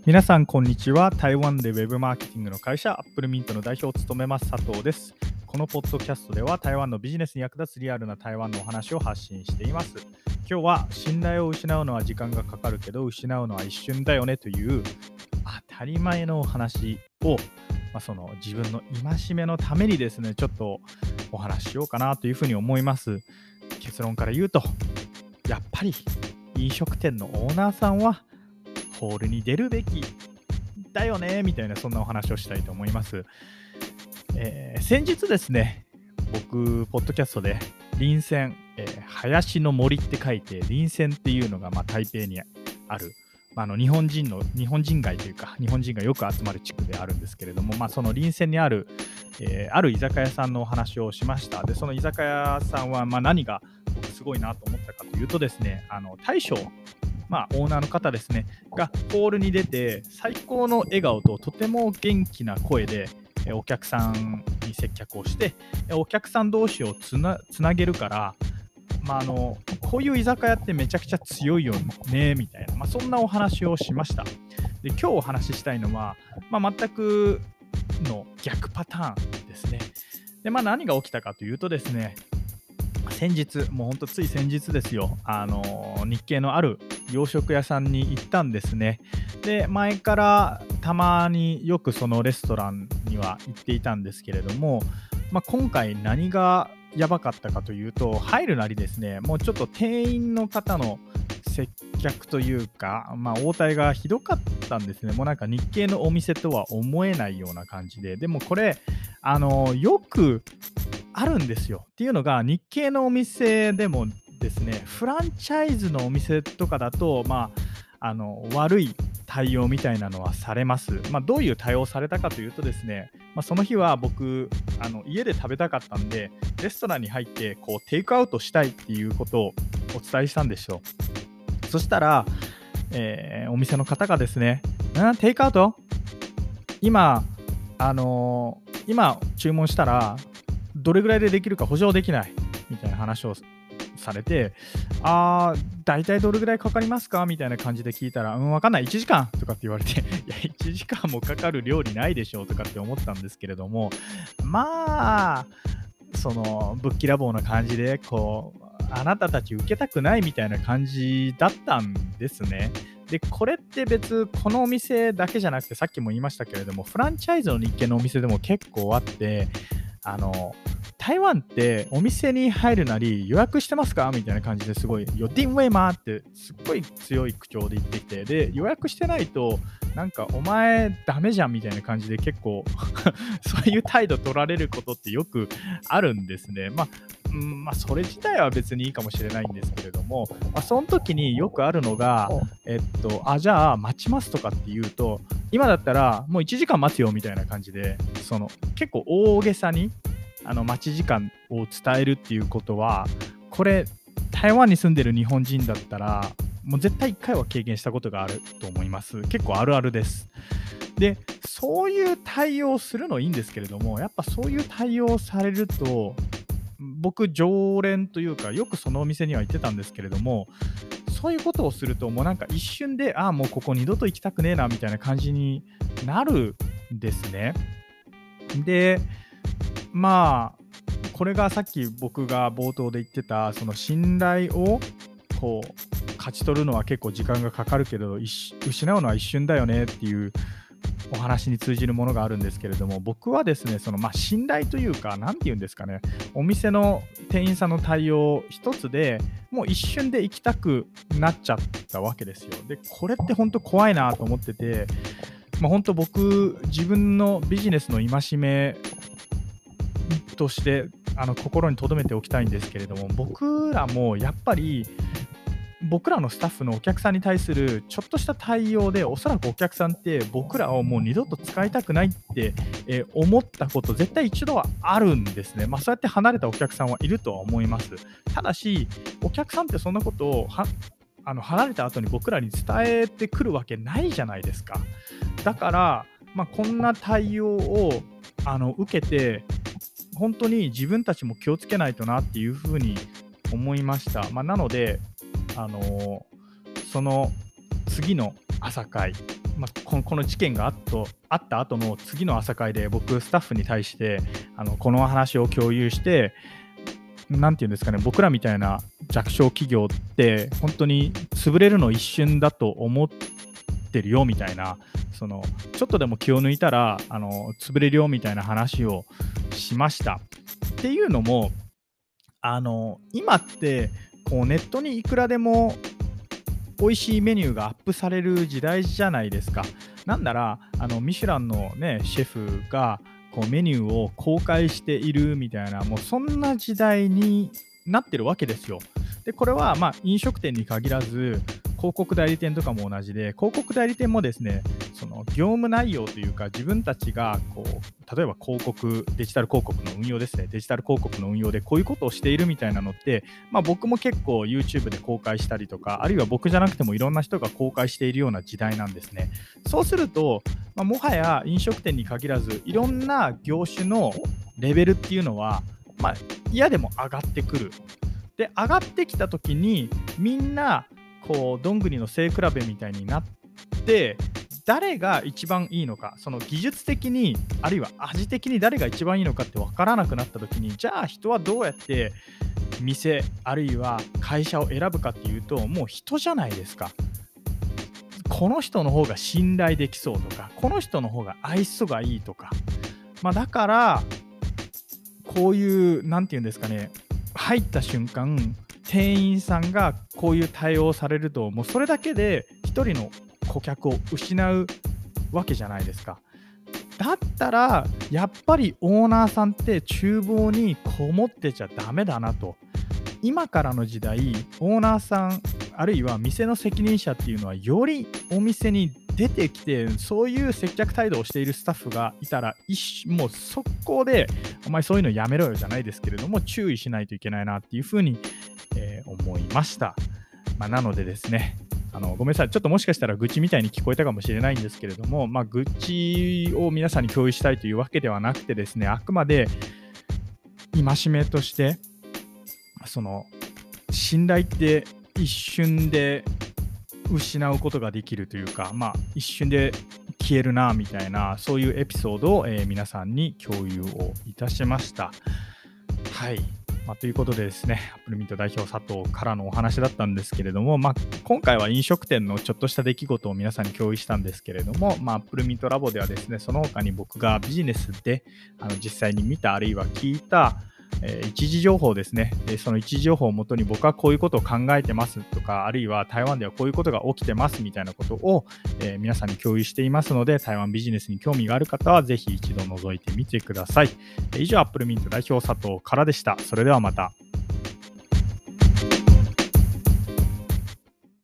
皆さんこんにちは。台湾でウェブマーケティングの会社アップルミントの代表を務めます佐藤です。このポッドキャストでは台湾のビジネスに役立つリアルな台湾のお話を発信しています。今日は信頼を失うのは時間がかかるけど失うのは一瞬だよねという当たり前のお話を、その自分の戒めのためにですねちょっとお話ししようかなというふうに思います。結論から言うと、やっぱり飲食店のオーナーさんはホールに出るべきだよねみたいな、そんなお話をしたいと思います。先日ですね、僕ポッドキャストで林泉、林の森って書いて林泉っていうのが台北にある、日本人街というか日本人がよく集まる地区であるんですけれども、その林泉にある、ある居酒屋さんのお話をしました。でその居酒屋さんは何が僕すごいなと思ったかというとですね、大将オーナーの方ですねがホールに出て最高の笑顔ととても元気な声でお客さんに接客をしてお客さん同士をつなげるから、こういう居酒屋ってめちゃくちゃ強いよねみたいな、そんなお話をしました。で今日お話ししたいのは、全くの逆パターンですね。で何が起きたかというとですね、先日、もうほんとつい先日ですよ、日系のある洋食屋さんに行ったんですね。で前からたまによくそのレストランには行っていたんですけれども、今回何がやばかったかというと、入るなりですね、もうちょっと店員の方の接客というか、応対がひどかったんですね。もう日系のお店とは思えないような感じで、でもこれよくあるんですよ。っていうのが、日系のお店でもですね、フランチャイズのお店とかだと、悪い対応みたいなのはされます。どういう対応されたかというとですね、その日は僕家で食べたかったんで、レストランに入ってテイクアウトしたいっていうことをお伝えしたんですよ。そしたら、お店の方がですね、テイクアウト今注文したらどれぐらいでできるか保証できないみたいな話をされて、大体どれぐらいかかりますかみたいな感じで聞いたら、わかんない、1時間とかって言われて、いや、1時間もかかる料理ないでしょうとかって思ったんですけれども、そのぶっきらぼうな感じで、あなたたち受けたくないみたいな感じだったんですね。でこれってこのお店だけじゃなくて、さっきも言いましたけれども、フランチャイズの日系のお店でも結構あって、台湾ってお店に入るなり予約してますかみたいな感じですごい「予定ウェイマー」ってすっごい強い口調で言ってきて、で予約してないとお前ダメじゃんみたいな感じで結構そういう態度取られることってよくあるんですね。それ自体は別にいいかもしれないんですけれども、その時によくあるのが、じゃあ待ちますとかって言うと、今だったらもう1時間待つよみたいな感じで、結構大げさに待ち時間を伝えるっていうことは、これ台湾に住んでる日本人だったらもう絶対1回は経験したことがあると思います。結構あるあるです。でそういう対応するのいいんですけれども、やっぱそういう対応されると、僕常連というかよくそのお店には行ってたんですけれども、そういうことをするともう一瞬でもうここ二度と行きたくねえなみたいな感じになるんですね。でこれがさっき僕が冒頭で言ってた、その信頼を勝ち取るのは結構時間がかかるけど失うのは一瞬だよねっていうお話に通じるものがあるんですけれども、僕はですね、信頼というか、なんて言うんですかね、お店の店員さんの対応一つでもう一瞬で行きたくなっちゃったわけですよ。でこれって本当怖いなと思ってて、本当僕自分のビジネスの戒めとして心に留めておきたいんですけれども、僕らもやっぱり僕らのスタッフのお客さんに対するちょっとした対応で、おそらくお客さんって僕らをもう二度と使いたくないって、思ったこと絶対一度はあるんですね。そうやって離れたお客さんはいるとは思います。ただしお客さんってそんなことを離れた後に僕らに伝えてくるわけないじゃないですか。だからこんな対応を受けて本当に自分たちも気をつけないとなっていうふうに思いました。なのでその次の朝会、 この事件があった後の次の朝会で僕スタッフに対してこの話を共有して、なんていうんですかね、僕らみたいな弱小企業って本当に潰れるの一瞬だと思ってるよみたいな、ちょっとでも気を抜いたら潰れるよみたいな話をしました。っていうのも今ってこうネットにいくらでも美味しいメニューがアップされる時代じゃないですか。なんならミシュランのねシェフがこうメニューを公開しているみたいな、もうそんな時代になってるわけですよ。でこれは飲食店に限らず広告代理店とかも同じで、広告代理店もですね、その業務内容というか、自分たちがこう例えばデジタル広告の運用ですね、デジタル広告の運用でこういうことをしているみたいなのって、僕も結構 YouTube で公開したりとか、あるいは僕じゃなくてもいろんな人が公開しているような時代なんですね。そうすると、もはや飲食店に限らずいろんな業種のレベルっていうのは、嫌でも上がってくる。で上がってきた時にみんなこうどんぐりの背比べみたいになって、誰が一番いいのか、その技術的にあるいは味的に誰が一番いいのかって分からなくなった時に、じゃあ人はどうやって店あるいは会社を選ぶかっていうと、もう人じゃないですか。この人の方が信頼できそうとか、この人の方が愛想がいいとか、だからこういうなんていうんですかね、入った瞬間店員さんがこういう対応されると、もうそれだけで一人の顧客を失うわけじゃないですか。だったらやっぱりオーナーさんって厨房にこもってちゃダメだなと。今からの時代、オーナーさんあるいは店の責任者っていうのはよりお店に出てきて、そういう接客態度をしているスタッフがいたらもう速攻でお前そういうのやめろよじゃないですけれども、注意しないといけないなっていうふうに、思いました。なのでですね、ごめんなさい、ちょっともしかしたら愚痴みたいに聞こえたかもしれないんですけれども、愚痴を皆さんに共有したいというわけではなくてですね、あくまで戒めとして、信頼って一瞬で失うことができるというか、一瞬で消えるなみたいな、そういうエピソードを、皆さんに共有をいたしました。はい。ということでですね、アップルミント代表佐藤からのお話だったんですけれども、今回は飲食店のちょっとした出来事を皆さんに共有したんですけれども、アップルミントラボではですね、その他に僕がビジネスで実際に見たあるいは聞いた一時情報ですね。その一時情報をもとに僕はこういうことを考えてますとか、あるいは台湾ではこういうことが起きてますみたいなことを、皆さんに共有していますので、台湾ビジネスに興味がある方はぜひ一度覗いてみてください。以上、アップルミント代表佐藤からでした。それではまた。